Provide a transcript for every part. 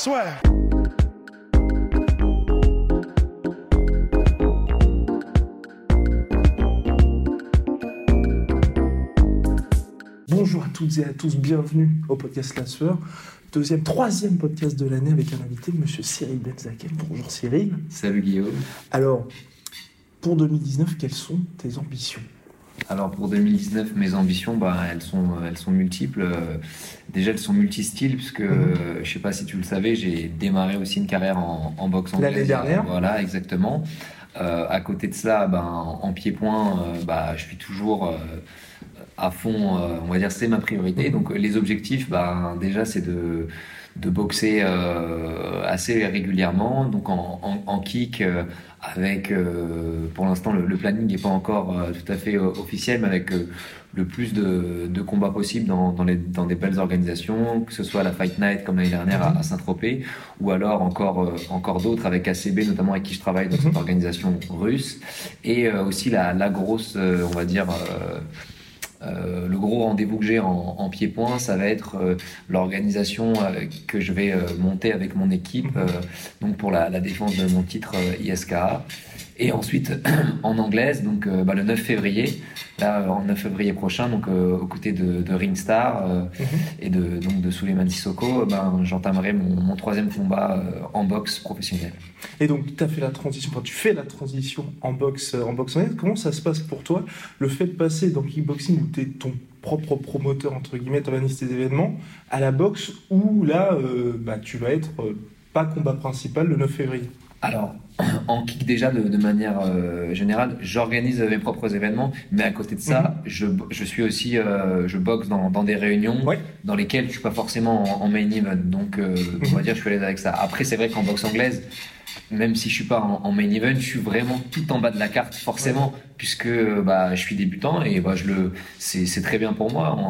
Swear. Bonjour à toutes et à tous, bienvenue au podcast La Sueur, troisième podcast de l'année avec un invité, monsieur Cyril Benzaken. Bonjour Cyril. Salut Guillaume. Alors, pour 2019, quelles sont tes ambitions ? Alors pour 2019, mes ambitions, elles sont multiples. Déjà, elles sont multistyles, puisque je sais pas si tu le savais, j'ai démarré aussi une carrière en boxe anglaise. L'année dernière. Voilà, exactement. À côté de cela, en pied-point, je suis toujours à fond, on va dire, c'est ma priorité. Donc les objectifs, déjà, c'est de boxer assez régulièrement, donc en kick, avec pour l'instant le planning n'est pas encore tout à fait officiel, mais avec le plus de combats possibles dans des belles organisations, que ce soit la Fight Night comme l'année dernière à Saint-Tropez, ou alors encore d'autres avec ACB notamment, avec qui je travaille dans cette organisation russe, et aussi la grosse, on va dire, le gros rendez-vous que j'ai en pied-point, ça va être l'organisation que je vais monter avec mon équipe, donc pour la défense de mon titre ISKA. Et ensuite en anglaise, donc le 9 février, en 9 février prochain, donc aux côtés de Ringstar et de Souleymane Sissoko, j'entamerai mon troisième combat en boxe professionnelle. Et donc tu fais la transition en boxe anglaise. Comment ça se passe pour toi, le fait de passer dans le kickboxing où tu es ton propre promoteur, entre guillemets, tu organises tes événements, à la boxe où là tu vas être pas combat principal le 9 février? Alors, en kick déjà, de manière générale, j'organise mes propres événements, mais à côté de ça, je suis aussi, je boxe dans des réunions dans lesquelles je suis pas forcément en main event, donc on va dire je suis à l'aise avec ça. Après, c'est vrai qu'en boxe anglaise, même si je suis pas en main event, je suis vraiment tout en bas de la carte, forcément, puisque je suis débutant et c'est très bien pour moi.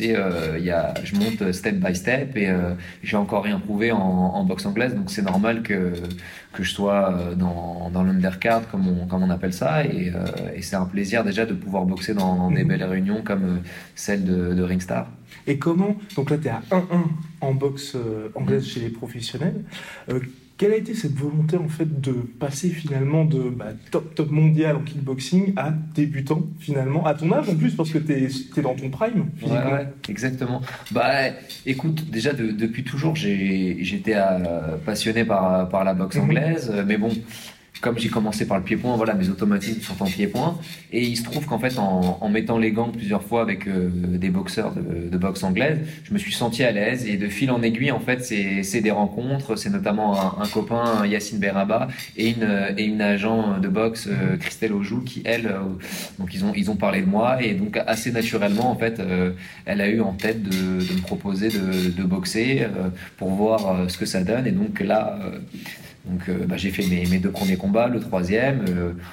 Je monte step by step et j'ai encore rien prouvé en boxe anglaise, donc c'est normal que je sois dans l'undercard, comme on appelle ça, et c'est un plaisir déjà de pouvoir boxer dans des belles réunions comme celle de Ringstar. Et comment, donc là tu es à 1-1 en boxe anglaise chez les professionnels, quelle a été cette volonté en fait de passer finalement de top mondial en kickboxing à débutant finalement, à ton âge en plus, parce que t'es dans ton prime physiquement. Ouais, exactement. Écoute, déjà depuis toujours j'étais passionné par la boxe anglaise, mais bon, comme j'ai commencé par le pied-point, mes automatismes sont en pied-point, et il se trouve qu'en fait en mettant les gants plusieurs fois avec des boxeurs de boxe anglaise, je me suis senti à l'aise, et de fil en aiguille en fait c'est des rencontres, c'est notamment un copain, Yacine Beraba, et une agent de boxe, Christelle Ojou, qui elle, donc ils ont parlé de moi, et donc assez naturellement en fait elle a eu en tête de me proposer de boxer pour voir ce que ça donne, et donc là j'ai fait mes deux premiers combats, le troisième.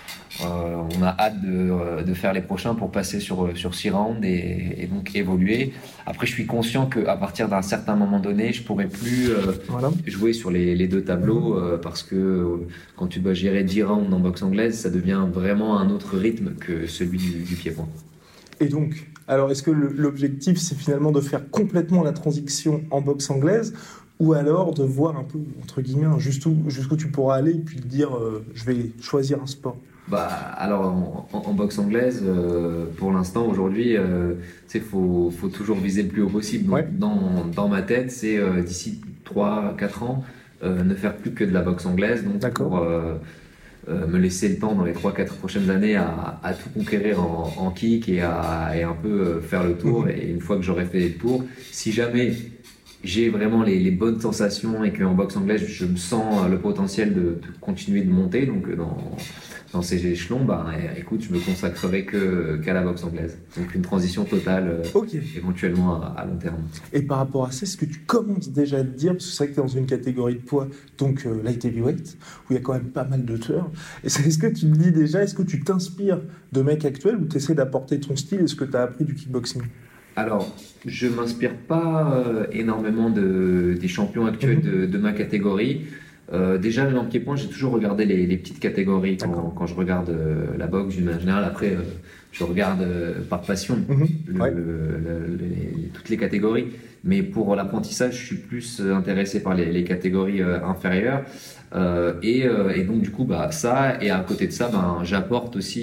On a hâte de faire les prochains pour passer sur 6 rounds et donc évoluer. Après, je suis conscient qu'à partir d'un certain moment donné, je pourrais plus jouer sur les deux tableaux parce que quand tu dois gérer 10 rounds en boxe anglaise, ça devient vraiment un autre rythme que celui du pied-point. Et donc, alors est-ce que l'objectif, c'est finalement de faire complètement la transition en boxe anglaise, ou alors de voir un peu, entre guillemets, jusqu'où tu pourras aller, et puis de dire je vais choisir un sport? Alors en boxe anglaise, pour l'instant, aujourd'hui, faut toujours viser le plus haut possible. Donc, dans ma tête, c'est d'ici 3-4 ans, ne faire plus que de la boxe anglaise. Donc pour me laisser le temps dans les 3-4 prochaines années à tout conquérir en kick et un peu faire le tour. Et une fois que j'aurai fait le tour, si jamais j'ai vraiment les bonnes sensations et qu'en boxe anglaise je me sens le potentiel de continuer de monter, donc dans ces échelons, écoute, je me consacrerai qu'à la boxe anglaise. Donc une transition totale, éventuellement à long terme. Et par rapport à ça, est-ce que tu commences déjà à te dire, parce que c'est vrai que tu es dans une catégorie de poids, donc light heavyweight, où il y a quand même pas mal de tueurs, est-ce que tu te dis déjà, est-ce que tu t'inspires de mecs actuels ou tu essaies d'apporter ton style et ce que tu as appris du kickboxing? Alors, je ne m'inspire pas énormément des champions actuels de ma catégorie. Déjà, en pied-point, j'ai toujours regardé les petites catégories quand je regarde la boxe d'une manière générale. Après, je regarde par passion toutes les catégories. Mais pour l'apprentissage, je suis plus intéressé par les catégories inférieures. Et donc du coup, ça, et à côté de ça, j'apporte aussi,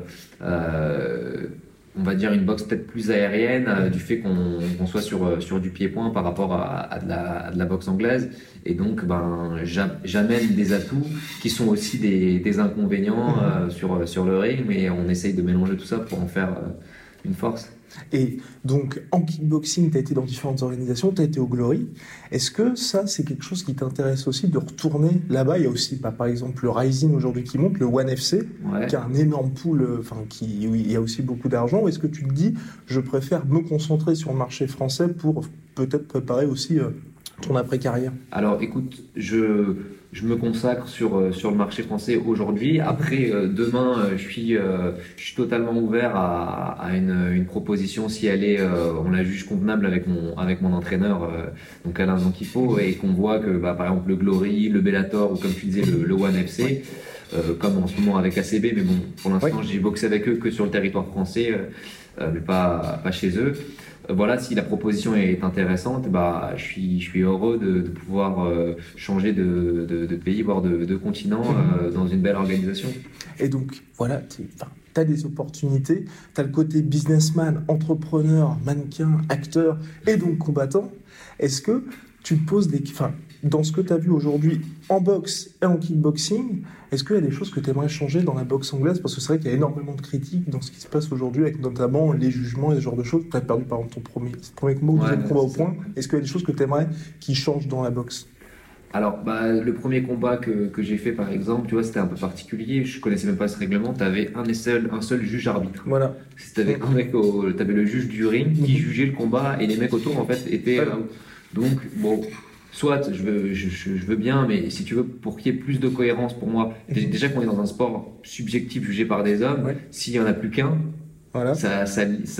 on va dire, une boxe peut-être plus aérienne, du fait qu'on soit sur du pied-point par rapport à de la boxe anglaise. Et donc, j'amène des atouts qui sont aussi des inconvénients sur le ring, mais on essaye de mélanger tout ça pour en faire une force. Et donc, en kickboxing, tu as été dans différentes organisations, tu as été au Glory. Est-ce que ça, c'est quelque chose qui t'intéresse aussi de retourner là-bas? Il y a aussi, par exemple, le Rising aujourd'hui qui monte, le One FC, qui a un énorme pool, où il y a aussi beaucoup d'argent. Ou est-ce que tu te dis, je préfère me concentrer sur le marché français pour peut-être préparer aussi ton après-carrière? Alors, écoute, je me consacre sur le marché français aujourd'hui. Après, demain, je suis totalement ouvert à une proposition si elle est, on la juge convenable avec mon entraîneur, donc Alain Zanquifo, et qu'on voit que, par exemple, le Glory, le Bellator, ou comme tu disais, le One FC, comme en ce moment avec ACB, mais bon, pour l'instant, j'ai boxé avec eux que sur le territoire français, mais pas chez eux. Voilà, si la proposition est intéressante, je suis heureux de pouvoir changer de pays, voire de continent dans une belle organisation. Et donc, voilà, tu as des opportunités, tu as le côté businessman, entrepreneur, mannequin, acteur et donc combattant. Est-ce que tu te poses dans ce que tu as vu aujourd'hui en boxe et en kickboxing, est-ce qu'il y a des choses que tu aimerais changer dans la boxe anglaise? Parce que c'est vrai qu'il y a énormément de critiques dans ce qui se passe aujourd'hui, avec notamment les jugements et ce genre de choses. Tu as perdu par exemple ton premier combat ou deuxième combat au point. Est-ce qu'il y a des choses que tu aimerais qui changent dans la boxe? Alors, le premier combat que j'ai fait, par exemple, tu vois, c'était un peu particulier. Je connaissais même pas ce règlement. Tu avais un seul juge arbitre. Voilà. T'avais t'avais le juge du ring qui jugeait le combat et les mecs autour, en fait, étaient. Donc, bon. Soit je veux bien, mais si tu veux, pour qu'il y ait plus de cohérence pour moi, déjà qu'on est dans un sport subjectif jugé par des hommes, s'il n'y en a plus qu'un, ça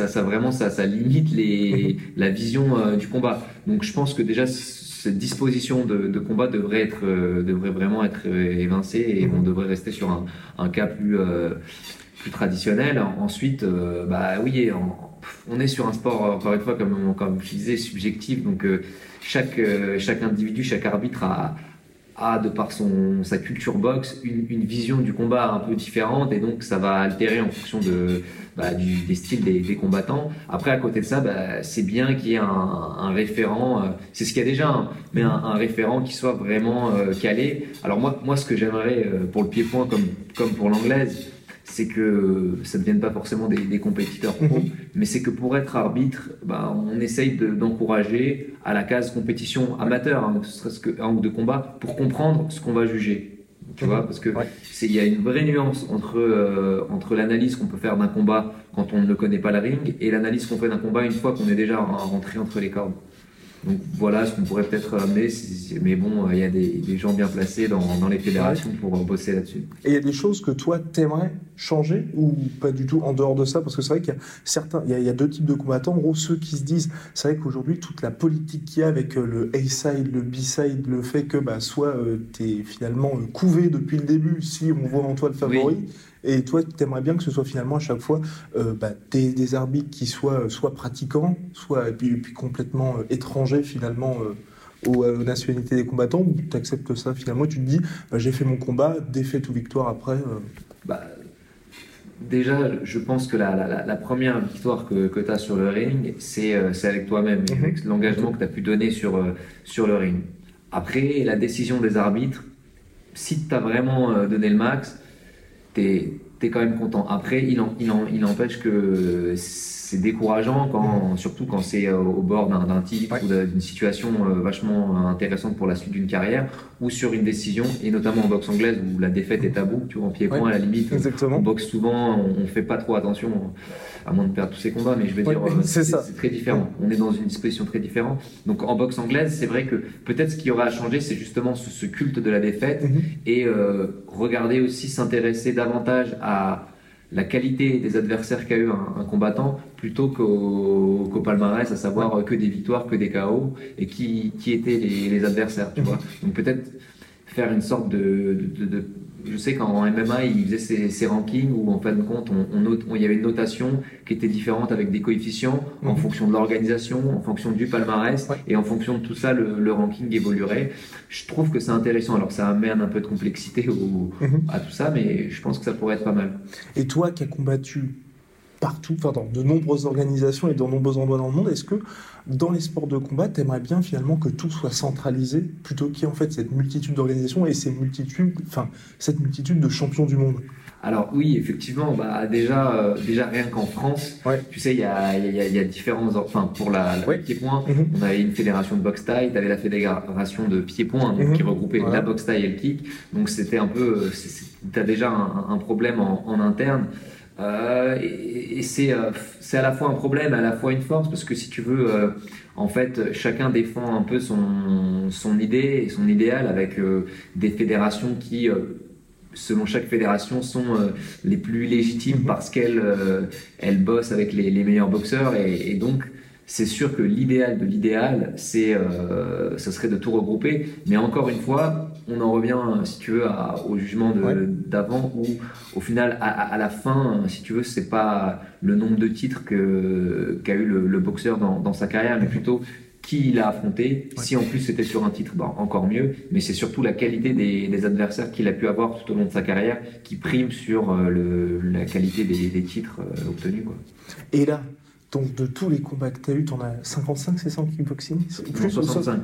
limite la vision du combat. Donc je pense que déjà cette disposition de combat devrait vraiment être évincée et on devrait rester sur un cas plus traditionnel. Ensuite, oui, on est sur un sport, encore une fois, comme je disais, subjectif, donc chaque individu, chaque arbitre a de par sa culture boxe, une vision du combat un peu différente, et donc ça va altérer en fonction des styles des combattants. Après, à côté de ça, c'est bien qu'il y ait un référent, c'est ce qu'il y a déjà, mais un référent qui soit vraiment calé. Alors moi, ce que j'aimerais pour le pied-point comme pour l'anglaise, c'est que ça ne devienne pas forcément des compétiteurs pro, mais c'est que pour être arbitre, on essaye d'encourager à la case compétition amateur, ne serait-ce qu'un ou deux combats, pour comprendre ce qu'on va juger. Tu vois, parce que il y a une vraie nuance entre l'analyse qu'on peut faire d'un combat quand on ne connaît pas la ring et l'analyse qu'on fait d'un combat une fois qu'on est déjà rentré entre les cordes. Donc voilà ce qu'on pourrait peut-être amener, mais bon, il y a des gens bien placés dans les fédérations pour bosser là-dessus. Et il y a des choses que toi, t'aimerais changer ou pas du tout en dehors de ça? Parce que c'est vrai qu'il y a deux types de combattants. En gros, ceux qui se disent, c'est vrai qu'aujourd'hui, toute la politique qu'il y a avec le A-side, le B-side, le fait que soit t'es finalement couvé depuis le début, si on voit en toi le favori. Oui. Et toi, tu aimerais bien que ce soit finalement à chaque fois des arbitres qui soient soit pratiquants, soit et puis complètement étrangers finalement aux nationalités des combattants, ou tu acceptes ça finalement, tu te dis j'ai fait mon combat, défaite ou victoire après Déjà, je pense que la première victoire que tu as sur le ring, c'est avec toi-même, avec l'engagement que tu as pu donner sur le ring. Après, la décision des arbitres, si tu as vraiment donné le max, t'es quand même content. Après, il n'empêche que c'est décourageant, surtout quand c'est au bord d'un titre ou d'une situation vachement intéressante pour la suite d'une carrière, ou sur une décision, et notamment en boxe anglaise où la défaite est tabou, tu vois, en pied-point à la limite. Exactement. On boxe souvent, on fait pas trop attention, à moins de perdre tous ses combats, mais je veux dire, c'est très différent. On est dans une disposition très différente. Donc en boxe anglaise, c'est vrai que peut-être ce qui aurait à changer, c'est justement ce culte de la défaite, et regarder aussi, s'intéresser davantage à la qualité des adversaires qu'a eu un combattant plutôt qu'au palmarès, à savoir que des victoires, que des KO, et qui étaient les adversaires, tu vois. Donc peut-être faire une sorte je sais qu'en MMA, il faisait ses rankings où, en fin de compte, il y avait une notation qui était différente avec des coefficients en fonction de l'organisation, en fonction du palmarès, et en fonction de tout ça, le ranking évoluerait. Je trouve que c'est intéressant. Alors, ça amène un peu de complexité à tout ça, mais je pense que ça pourrait être pas mal. Et toi qui as combattu partout, enfin dans de nombreuses organisations et dans de nombreux endroits dans le monde, est-ce que dans les sports de combat, tu aimerais bien finalement que tout soit centralisé plutôt qu'il y ait en fait cette multitude d'organisations et cette multitude de champions du monde? Alors oui, effectivement, déjà rien qu'en France, tu sais, il y a différents, enfin pour le pied-point, on avait une fédération de boxe taille, tu avais la fédération de pied-point qui regroupait la boxe taille et le kick, donc c'était un peu, tu as déjà un problème en interne. Et c'est à la fois un problème, à la fois une force, parce que si tu veux, en fait, chacun défend un peu son idée et son idéal avec des fédérations qui, selon chaque fédération, sont les plus légitimes parce qu'elles bossent avec les meilleurs boxeurs et donc c'est sûr que l'idéal de l'idéal, ce serait de tout regrouper. Mais encore une fois, on en revient, si tu veux, au jugement d'avant, où au final, à la fin, si tu veux, c'est pas le nombre de titres qu'a eu le boxeur dans sa carrière, mais plutôt qui il a affronté. Si en plus c'était sur un titre, encore mieux. Mais c'est surtout la qualité des adversaires qu'il a pu avoir tout au long de sa carrière qui prime sur la qualité des titres obtenus, quoi. Et là, donc de tous les combats que tu as eu, tu en as 55, c'est ça, en kickboxing? Plus 65.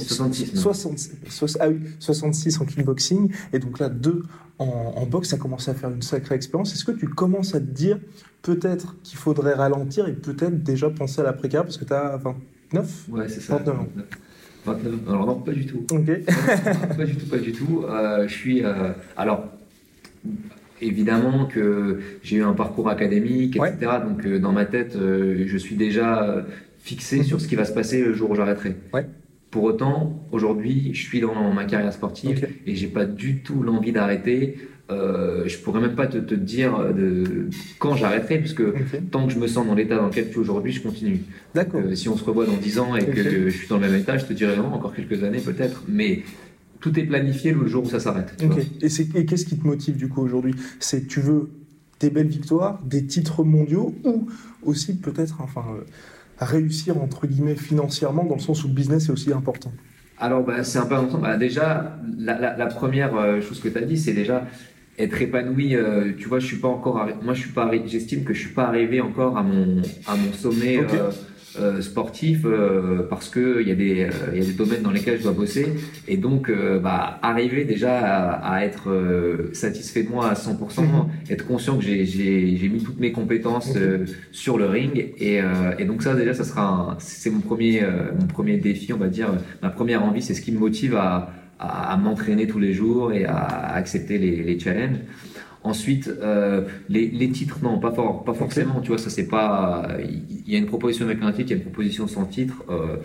66 en kickboxing. Et donc là, 2 en boxe, ça a commencé à faire une sacrée expérience. Est-ce que tu commences à te dire peut-être qu'il faudrait ralentir et peut-être déjà penser à l'après-carrière parce que tu as 29? Ouais, c'est ça. 29 ans. 29. Alors non, pas du tout. Ok. Pas du tout. Je suis... alors... Évidemment que j'ai eu un parcours académique, etc. Donc dans ma tête, je suis déjà fixé sur ce qui va se passer le jour où j'arrêterai. Pour autant, aujourd'hui, je suis dans ma carrière sportive et j'ai pas du tout l'envie d'arrêter. Je pourrais même pas te dire quand j'arrêterai, puisque tant que je me sens dans l'état dans lequel je suis aujourd'hui, je continue. D'accord. Si on se revoit dans 10 ans et que je suis dans le même état, je te dirais non, encore quelques années peut-être, mais tout est planifié le jour où ça s'arrête. Et qu'est-ce qui te motive du coup aujourd'hui? C'est tu veux des belles victoires, des titres mondiaux ou aussi peut-être réussir entre guillemets financièrement dans le sens où le business est aussi important? Alors c'est un peu important. Déjà, la première chose que tu as dit, c'est déjà être épanoui. Tu vois, je suis pas encore. J'estime que je suis pas arrivé encore à mon sommet. Sportif parce que il y a des domaines dans lesquels je dois bosser et donc arriver déjà à être satisfait de moi à 100%, être conscient que j'ai mis toutes mes compétences sur le ring et donc ça déjà c'est mon premier défi, on va dire, ma première envie, c'est ce qui me motive à m'entraîner tous les jours et à accepter les challenges. Ensuite, les titres, non, pas forcément. Tu vois, ça c'est pas. Il y a une proposition avec un titre, il y a une proposition sans titre.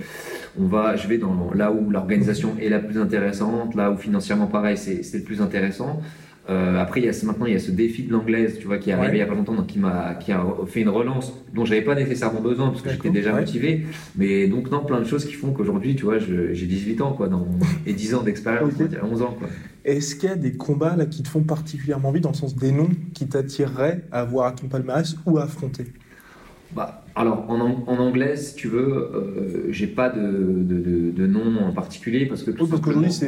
Je vais là où l'organisation est la plus intéressante, là où financièrement pareil, c'est le plus intéressant. Après, maintenant il y a ce défi de l'anglaise, tu vois, qui est arrivé il y a pas longtemps, donc qui a fait une relance dont j'avais pas nécessairement besoin parce que j'étais déjà motivé. Mais donc non, plein de choses qui font qu'aujourd'hui, tu vois, j'ai 18 ans quoi, et 10 ans d'expérience, 11 ans quoi. Est-ce qu'il y a des combats là qui te font particulièrement envie, dans le sens des noms qui t'attireraient à voir à ton palmarès ou à affronter? Alors en anglais, si tu veux, j'ai pas de nom en particulier parce qu'aujourd'hui c'est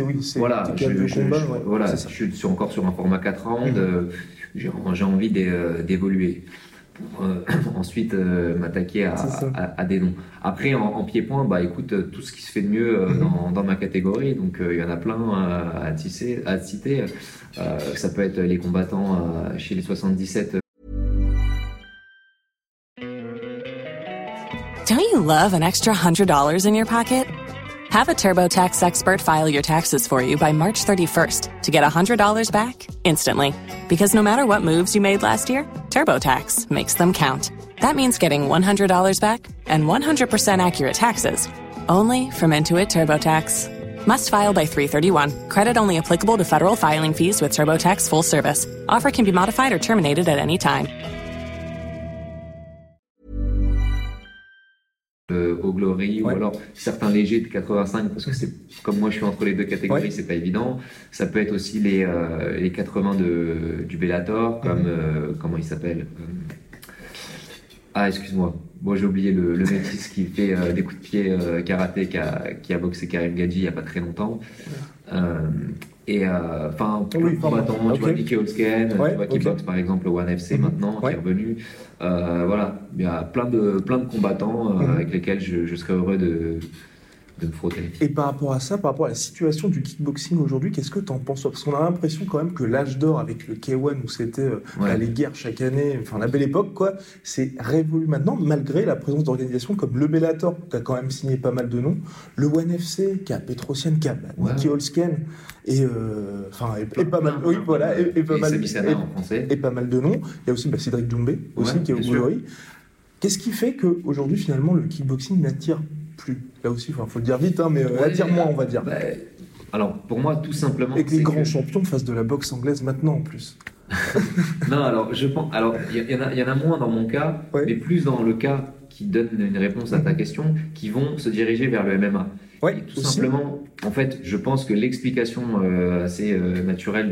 je suis encore sur un format 4 rounds, j'ai envie d'évoluer. Pour ensuite m'attaquer à des noms. Après en pied-point, écoute, tout ce qui se fait de mieux dans ma catégorie, donc il y en a plein à citer. Ça peut être les combattants chez les 77. Don't you love an extra $100 in your pocket? Have a TurboTax expert file your taxes for you by March 31st to get $100 back instantly. Because no matter what moves you made last year, TurboTax makes them count. That means getting $100 back and 100% accurate taxes, only from Intuit TurboTax. Must file by 3/31. Credit only applicable to federal filing fees with TurboTax full service. Offer can be modified or terminated at any time. Glory, ou alors certains légers de 85, parce que c'est comme moi je suis entre les deux catégories, c'est pas évident. Ça peut être aussi les 80 du Bellator, comme comment il s'appelle excuse-moi. Bon, j'ai oublié le métis qui fait des coups de pied karaté, qui a boxé Karim Gadji il y a pas très longtemps. Combattants, tu vois, Nicky Holzken, tu vois, qui boxe par exemple au One FC maintenant, qui est revenu. Voilà, il y a plein de combattants avec lesquels je serais heureux de me frotter. Et par rapport à ça, par rapport à la situation du kickboxing aujourd'hui, qu'est-ce que tu en penses? Parce qu'on a l'impression quand même que l'âge d'or avec le K1 où c'était les guerres chaque année, enfin la belle époque quoi, c'est révolu maintenant malgré la présence d'organisations comme le Bellator qui a quand même signé pas mal de noms, le One FC qui a Petrosian, qui a Nicky Holzken et pas mal de noms. Il y a aussi Cédric Doumbé aussi qui est au Glory. Qu'est-ce qui fait qu'aujourd'hui finalement le kickboxing n'attire plus? Là aussi, il faut le dire vite, mais attire moins, on va dire. Alors, pour moi, tout simplement... Et que les grands champions fassent de la boxe anglaise maintenant, en plus. Non, alors, je pense... Alors, il y en a moins dans mon cas, mais plus dans le cas qui donne une réponse à ta question, qui vont se diriger vers le MMA. Et tout simplement, en fait, je pense que l'explication assez naturelle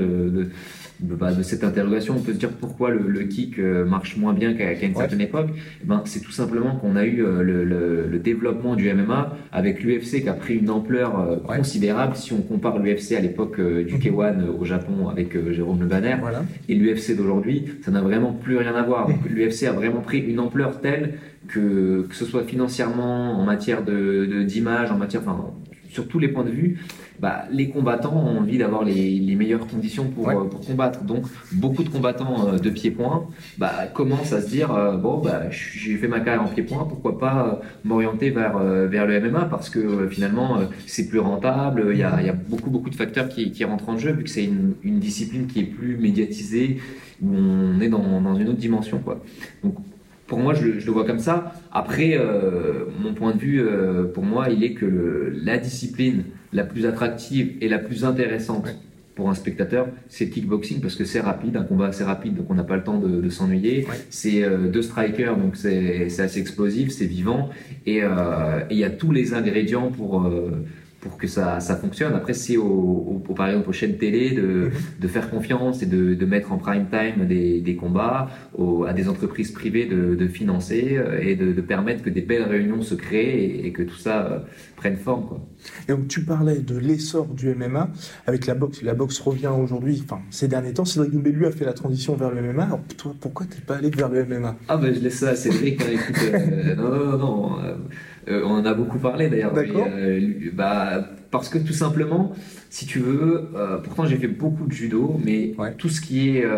de cette interrogation, on peut se dire pourquoi le kick marche moins bien qu'à une certaine époque. C'est tout simplement qu'on a eu le développement du MMA avec l'UFC qui a pris une ampleur considérable si on compare l'UFC à l'époque du K1 au Japon avec Jérôme Le Banner et l'UFC d'aujourd'hui, ça n'a vraiment plus rien à voir. Donc l'UFC a vraiment pris une ampleur telle que ce soit financièrement, en matière d'image, sur tous les points de vue, les combattants ont envie d'avoir les meilleures conditions pour combattre. Donc, beaucoup de combattants de pied-point commencent à se dire j'ai fait ma carrière en pied-point, pourquoi pas m'orienter vers le MMA parce que finalement c'est plus rentable. Il y a beaucoup de facteurs qui rentrent en jeu vu que c'est une discipline qui est plus médiatisée où on est dans une autre dimension, quoi. Donc, pour moi, je le vois comme ça. Après, mon point de vue, pour moi, il est que la discipline la plus attractive et la plus intéressante pour un spectateur, c'est le kickboxing parce que c'est rapide, un combat assez rapide, donc on n'a pas le temps de s'ennuyer. C'est deux strikers, donc c'est assez explosif, c'est vivant, et il y a tous les ingrédients pour que ça fonctionne. Après, c'est par exemple aux chaînes télé de faire confiance et de mettre en prime time des combats, à des entreprises privées de financer et de permettre que des belles réunions se créent et que tout ça prenne forme, quoi. Et donc tu parlais de l'essor du MMA avec la boxe. La boxe revient aujourd'hui, ces derniers temps. Cédric Doumbé, lui, a fait la transition vers le MMA. Alors toi, pourquoi t'es pas allé vers le MMA? Je laisse ça à Cédric. Écoute, non. On en a beaucoup parlé d'ailleurs. D'accord. Parce que tout simplement, si tu veux, pourtant j'ai fait beaucoup de judo, mais tout ce qui est,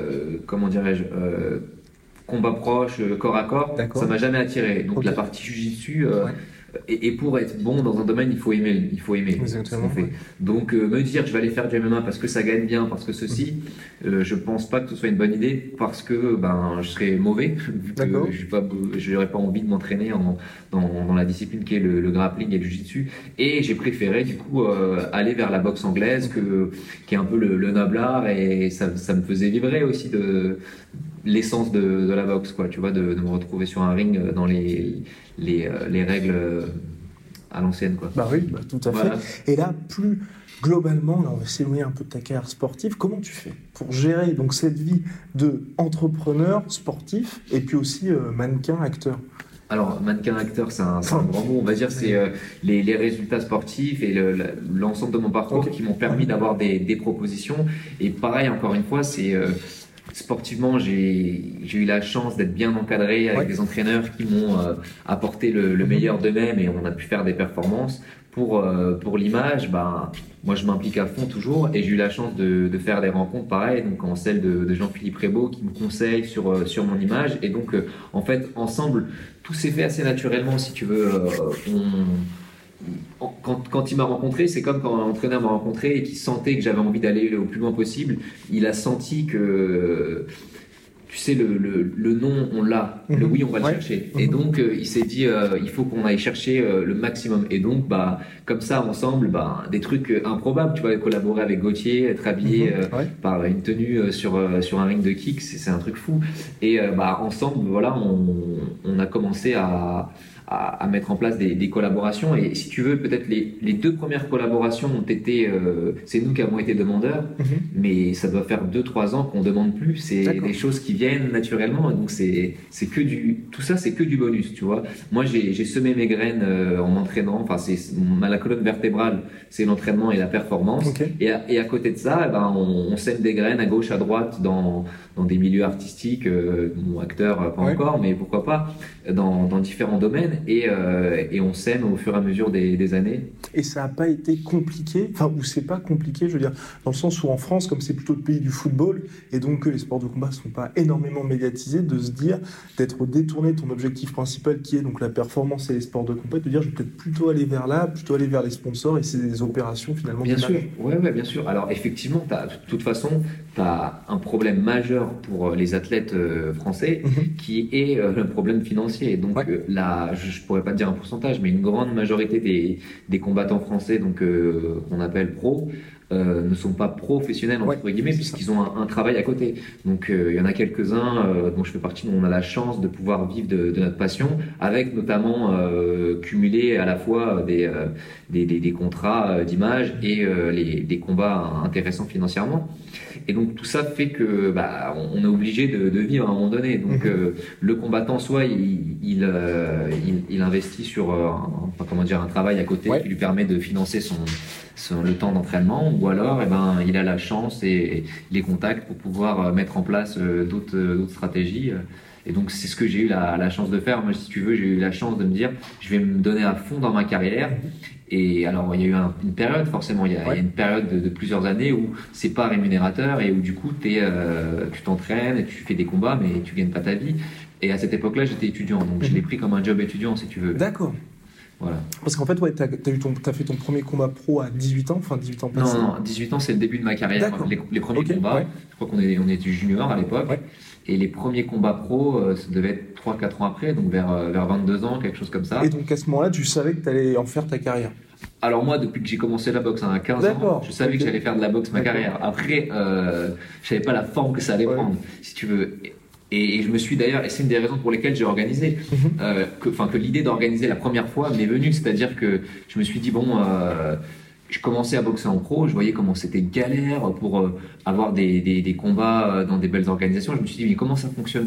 combat proche, corps à corps, ça m'a jamais attiré. Donc la partie jiu-jitsu, et pour être bon dans un domaine, il faut aimer ce qu'on fait. Donc me dire je vais aller faire du MMA parce que ça gagne bien, parce que ceci, je pense pas que ce soit une bonne idée parce que je serais mauvais vu que je n'aurais pas envie de m'entraîner dans la discipline qui est le grappling et le jiu-jitsu, et j'ai préféré du coup aller vers la boxe anglaise qui est un peu le noble art, et ça me faisait vibrer aussi de l'essence de la boxe, quoi, tu vois, de me retrouver sur un ring dans les règles à l'ancienne, quoi. Tout à fait. Et là, plus globalement, là, on va s'éloigner un peu de ta carrière sportive. Comment tu fais pour gérer donc cette vie de entrepreneur sportif et puis aussi mannequin, acteur? Alors, mannequin-acteur, c'est un grand mot, on va dire, c'est les résultats sportifs et l'ensemble de mon parcours qui m'ont permis d'avoir des propositions. Et pareil, encore une fois, c'est... sportivement, j'ai eu la chance d'être bien encadré avec des entraîneurs qui m'ont apporté le meilleur d'eux-mêmes, et on a pu faire des performances. Pour l'image, moi je m'implique à fond toujours, et j'ai eu la chance de faire des rencontres pareilles, donc en celle de Jean-Philippe Rébaud qui me conseille sur mon image, et donc en fait ensemble tout s'est fait assez naturellement, si tu veux. Quand il m'a rencontré, c'est comme quand un entraîneur m'a rencontré et qui sentait que j'avais envie d'aller au plus loin possible. Il a senti que, tu sais, le non, on l'a, le oui, on va le chercher. Et donc, il s'est dit, il faut qu'on aille chercher le maximum. Et donc, comme ça, ensemble, des trucs improbables. Tu vois, collaborer avec Gauthier, être habillé par une tenue sur un ring de kick, c'est un truc fou. Et ensemble, voilà, on a commencé à à mettre en place des collaborations. Et si tu veux, peut-être les 2 premières collaborations ont été, c'est nous qui avons été demandeurs, mais ça doit faire 2-3 ans qu'on demande plus. C'est des choses qui viennent naturellement. Donc c'est que tout ça, c'est que du bonus, tu vois. Moi, j'ai semé mes graines en m'entraînant. Enfin, la colonne vertébrale, c'est l'entraînement et la performance. Et à côté de ça, on sème des graines à gauche, à droite dans des milieux artistiques, acteurs pas encore, mais pourquoi pas, dans différents domaines, et on sème au fur et à mesure des années. Et ça n'a pas été compliqué, ou c'est pas compliqué, je veux dire, dans le sens où en France, comme c'est plutôt le pays du football, et donc que les sports de combat ne sont pas énormément médiatisés, de se dire, d'être détourné de ton objectif principal qui est donc la performance et les sports de combat, de dire je vais peut-être plutôt aller vers là, plutôt aller vers les sponsors, et c'est des opérations finalement. Bien sûr, ouais, bien sûr. Alors effectivement, de toute façon, tu as un problème majeur pour les athlètes français qui est le problème financier. Donc là, je pourrais pas te dire un pourcentage, mais une grande majorité des combattants français, donc qu'on appelle pros, ne sont pas professionnels entre guillemets, puisqu'ils ont un travail à côté. Donc il y en a quelques-uns dont je fais partie, dont on a la chance de pouvoir vivre de notre passion, avec notamment cumuler à la fois des contrats d'image et des combats intéressants financièrement. Et donc tout ça fait que on est obligé de vivre à un moment donné. Donc le combattant, soit il investit sur un travail à côté qui lui permet de financer le temps d'entraînement, ou alors il a la chance et les contacts pour pouvoir mettre en place d'autres stratégies. Et donc c'est ce que j'ai eu la chance de faire. Moi, si tu veux, j'ai eu la chance de me dire je vais me donner à fond dans ma carrière. Et alors il y a eu une période, forcément, il y a une période de plusieurs années où c'est pas rémunérateur et où du coup tu t'entraînes et tu fais des combats, mais tu gagnes pas ta vie. Et à cette époque-là, j'étais étudiant, donc je l'ai pris comme un job étudiant, si tu veux. D'accord. Voilà. Parce qu'en fait, t'as fait ton premier combat pro à 18 ans, enfin 18 ans passés. Non, 18 ans, c'est le début de ma carrière. Les premiers combats, je crois qu'on était junior à l'époque. Et les premiers combats pro, ça devait être 3-4 ans après, donc vers 22 ans, quelque chose comme ça. Et donc à ce moment-là, tu savais que tu allais en faire ta carrière? Alors moi, depuis que j'ai commencé la boxe à 15 ans, je savais que j'allais faire de la boxe ma carrière. Après, je savais pas la forme que ça allait prendre, si tu veux. Et je me suis d'ailleurs, et c'est une des raisons pour lesquelles j'ai organisé, que l'idée d'organiser la première fois m'est venue, c'est-à-dire que je me suis dit, je commençais à boxer en pro, je voyais comment c'était galère pour avoir des combats dans des belles organisations. Je me suis dit, mais comment ça fonctionne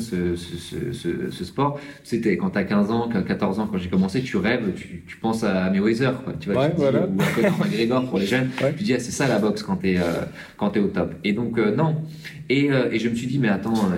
ce sport? C'était quand tu as 15 ans, 14 ans, quand j'ai commencé, tu rêves, tu penses à Mayweather, quoi, tu vois, ou à Conor McGregor pour les jeunes. Tu dis, c'est ça la boxe quand t'es au top. Et donc, non. Et je me suis dit, mais attends,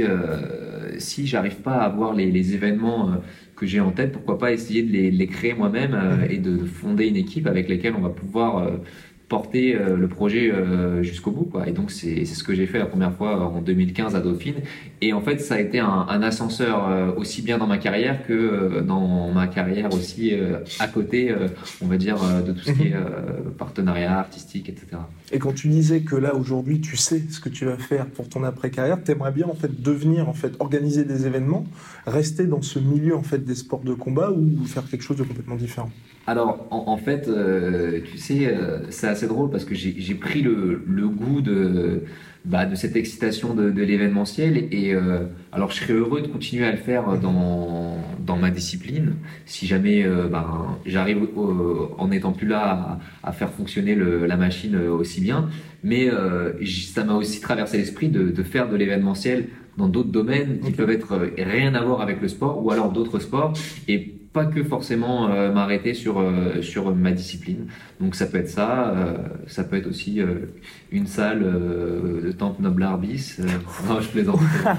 si j'arrive pas à avoir les événements que j'ai en tête, pourquoi pas essayer de les créer moi-même et de fonder une équipe avec laquelle on va pouvoir porter le projet jusqu'au bout, quoi. Et donc c'est ce que j'ai fait la première fois en 2015 à Dauphine. Et en fait, ça a été un ascenseur aussi bien dans ma carrière que dans ma carrière aussi à côté, on va dire, de tout ce qui est partenariat artistique, etc. Et quand tu disais que là aujourd'hui tu sais ce que tu vas faire pour ton après-carrière, t'aimerais bien en fait devenir, organiser des événements, rester dans ce milieu en fait des sports de combat, ou faire quelque chose de complètement différent? Alors en fait, tu sais, c'est assez drôle parce que j'ai pris le goût de cette excitation de l'événementiel, et alors je serais heureux de continuer à le faire dans ma discipline si jamais j'arrive en n'étant plus là à faire fonctionner la machine aussi bien, mais ça m'a aussi traversé l'esprit de faire de l'événementiel dans d'autres domaines qui peuvent être rien à voir avec le sport, ou alors d'autres sports, et pas que forcément m'arrêter sur ma discipline. Donc ça peut être ça peut être aussi une salle de Temple Noblar bis. Non, je plaisante.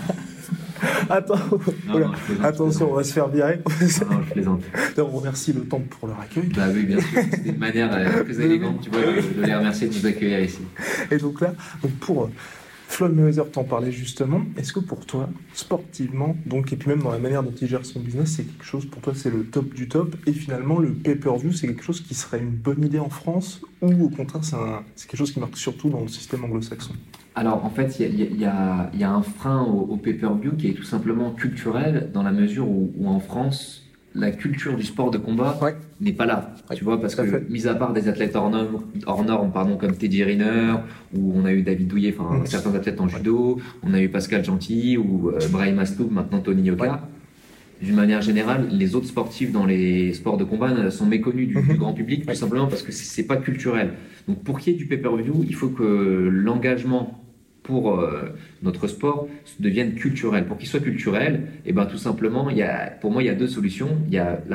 Attends, attention, on va se faire virer. Non, je plaisante. On remercie le Temple pour leur accueil. Bah oui, bien sûr, c'était une manière très élégante, tu vois, de les remercier de nous accueillir ici. Et donc là, pour Floyd Mayweather, t'en parlais justement. Est-ce que pour toi, sportivement, et puis même dans la manière dont il gère son business, c'est quelque chose, pour toi, c'est le top du top, et finalement, le pay-per-view, c'est quelque chose qui serait une bonne idée en France, ou au contraire, c'est quelque chose qui marque surtout dans le système anglo-saxon? Alors, en fait, il y a un frein au pay-per-view qui est tout simplement culturel, dans la mesure où en France, la culture du sport de combat n'est pas là, tu vois, parce que mis à part des athlètes hors normes, comme Teddy Riner, ou on a eu David Douillet, certains athlètes en judo, on a eu Pascal Gentil ou Brahim Asloub, maintenant Tony Yoka. d'une manière générale, les autres sportifs dans les sports de combat sont méconnus du grand public, tout simplement parce que c'est pas culturel. Donc pour qu'il y ait du pay-per-view, il faut que l'engagement pour notre sport devienne culturel. Pour qu'il soit culturel, et ben tout simplement, pour moi, il y a deux solutions. Il y a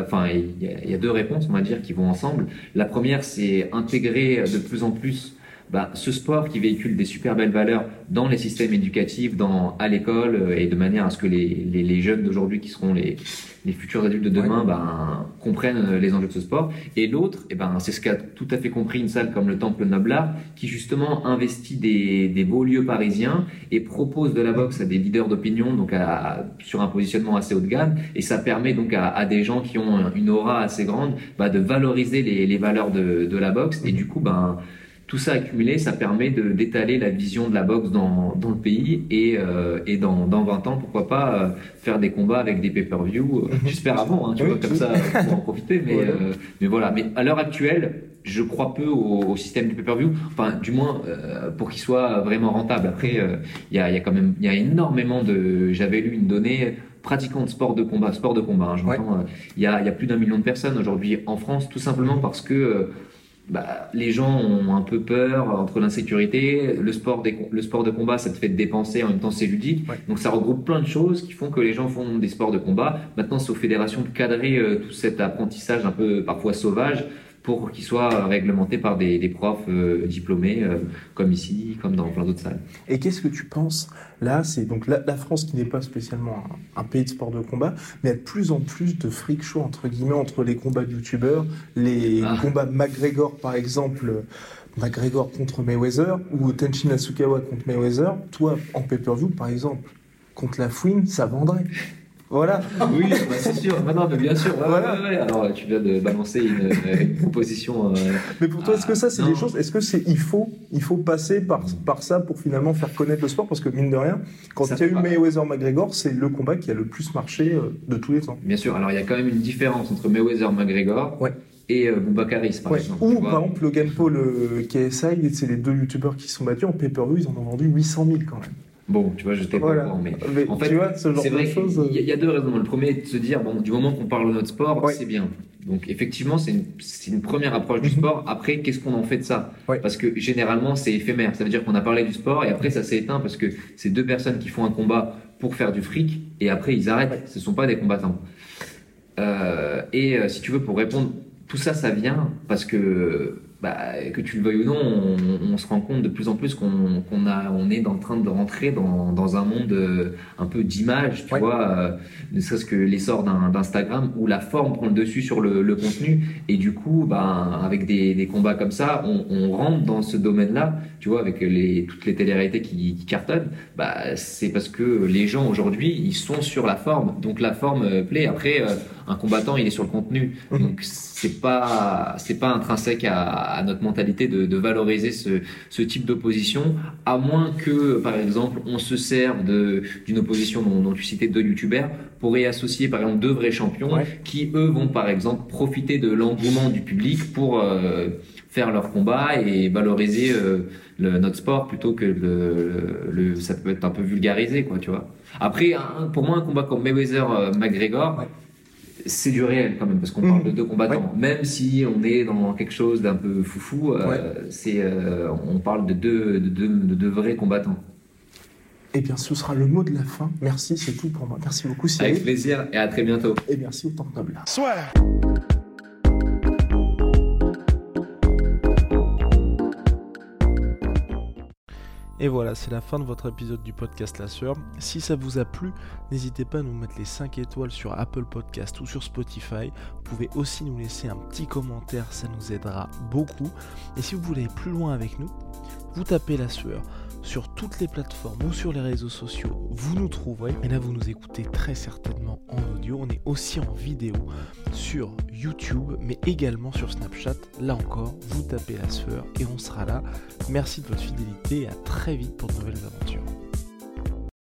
deux réponses, on va dire, qui vont ensemble. La première, c'est intégrer de plus en plus ce sport qui véhicule des super belles valeurs dans les systèmes éducatifs, à l'école, et de manière à ce que les jeunes d'aujourd'hui qui seront les futurs adultes de demain comprennent les enjeux de ce sport. Et l'autre, c'est ce qu'a tout à fait compris une salle comme le Temple Noble Art, qui justement investit des beaux lieux parisiens et propose de la boxe à des leaders d'opinion, donc sur un positionnement assez haut de gamme. Et ça permet donc à des gens qui ont une aura assez grande de valoriser les valeurs de la boxe. Et du coup, tout ça accumulé, ça permet d'étaler la vision de la boxe dans le pays et dans 20 ans, pourquoi pas faire des combats avec des pay-per-view. J'espère avant, tu vois, comme ça, pour en profiter. Mais voilà. Mais à l'heure actuelle, je crois peu au système du pay-per-view. Enfin, du moins, pour qu'il soit vraiment rentable. Après, il y a énormément j'avais lu une donnée. Pratiquants de sport de combat, j'entends. Il y a plus d'1 million de personnes aujourd'hui en France, tout simplement parce que les gens ont un peu peur entre l'insécurité, le sport de combat, ça te fait dépenser, en même temps c'est ludique. Donc ça regroupe plein de choses qui font que les gens font des sports de combat. Maintenant, c'est aux fédérations de cadrer tout cet apprentissage un peu parfois sauvage pour qu'il soit réglementé par des profs diplômés, comme ici, comme dans plein d'autres salles. Et qu'est-ce que tu penses ? Là, c'est donc la France qui n'est pas spécialement un pays de sport de combat, mais il y a de plus en plus de freak show, entre guillemets, entre les combats de youtubeurs, les combats McGregor, par exemple, McGregor contre Mayweather, ou Tenshin Nasukawa contre Mayweather. Toi, en pay-per-view, par exemple, contre la Fouine, ça vendrait. Voilà. Oui, c'est sûr. Non, mais bien sûr. Ouais. Alors, tu viens de balancer une proposition. Mais pour toi, est-ce que ça, c'est des choses ? Est-ce que il faut passer par ça pour finalement faire connaître le sport ? Parce que mine de rien, quand il y a eu Mayweather-McGregor, c'est le combat qui a le plus marché de tous les temps. Bien sûr. Alors, il y a quand même une différence entre Mayweather-McGregor. Et Boubacaris, par exemple. Ou par exemple, Logan Paul, KSI, c'est les deux youtubeurs qui se sont battus en pay-per-view, ils en ont vendu 800 000 quand même. Bon, tu vois, je t'ai pas au courant, mais en fait, tu vois, ce genre c'est vrai de choses. Il y a deux raisons. Le premier est de se dire, du moment qu'on parle de notre sport, c'est bien. Donc, effectivement, c'est une première approche du sport. Après, qu'est-ce qu'on en fait de ça ? Parce que généralement, c'est éphémère. Ça veut dire qu'on a parlé du sport et après, ça s'est éteint parce que c'est deux personnes qui font un combat pour faire du fric et après, ils arrêtent. Ce ne sont pas des combattants. Si tu veux, pour répondre, tout ça, ça vient parce que que tu le veuilles ou non, on se rend compte de plus en plus qu'on est en train de rentrer dans un monde un peu d'image, tu vois, ne serait-ce que l'essor d'Instagram où la forme prend le dessus sur le contenu et du coup, avec des combats comme ça, on rentre dans ce domaine-là, tu vois, avec toutes les télé-réalités qui cartonnent, c'est parce que les gens aujourd'hui, ils sont sur la forme, donc la forme plaît. Après, un combattant, il est sur le contenu, donc c'est pas intrinsèque à notre mentalité de valoriser ce type d'opposition, à moins que, par exemple, on se serve d'une opposition dont tu citais deux youtubeurs pour y associer, par exemple, deux vrais champions qui, eux, vont, par exemple, profiter de l'engouement du public pour faire leur combat et valoriser notre sport plutôt que ça peut être un peu vulgarisé, quoi, tu vois. Après, pour moi, un combat comme Mayweather-McGregor, c'est du réel quand même, parce qu'on parle de deux combattants. Même si on est dans quelque chose d'un peu foufou, on parle de deux vrais combattants. Eh bien, ce sera le mot de la fin. Merci, c'est tout pour moi. Merci beaucoup, Cyril. Avec plaisir et à très bientôt. Et merci au Temple Noble Art. Soit. Et voilà, c'est la fin de votre épisode du podcast La Sueur. Si ça vous a plu, n'hésitez pas à nous mettre les 5 étoiles sur Apple Podcast ou sur Spotify. Vous pouvez aussi nous laisser un petit commentaire, ça nous aidera beaucoup. Et si vous voulez aller plus loin avec nous, vous tapez La Sueur sur toutes les plateformes ou sur les réseaux sociaux, vous nous trouverez. Et là, vous nous écoutez très certainement en audio. On est aussi en vidéo sur YouTube, mais également sur Snapchat. Là encore, vous tapez La Sueur et on sera là. Merci de votre fidélité et à très vite pour de nouvelles aventures.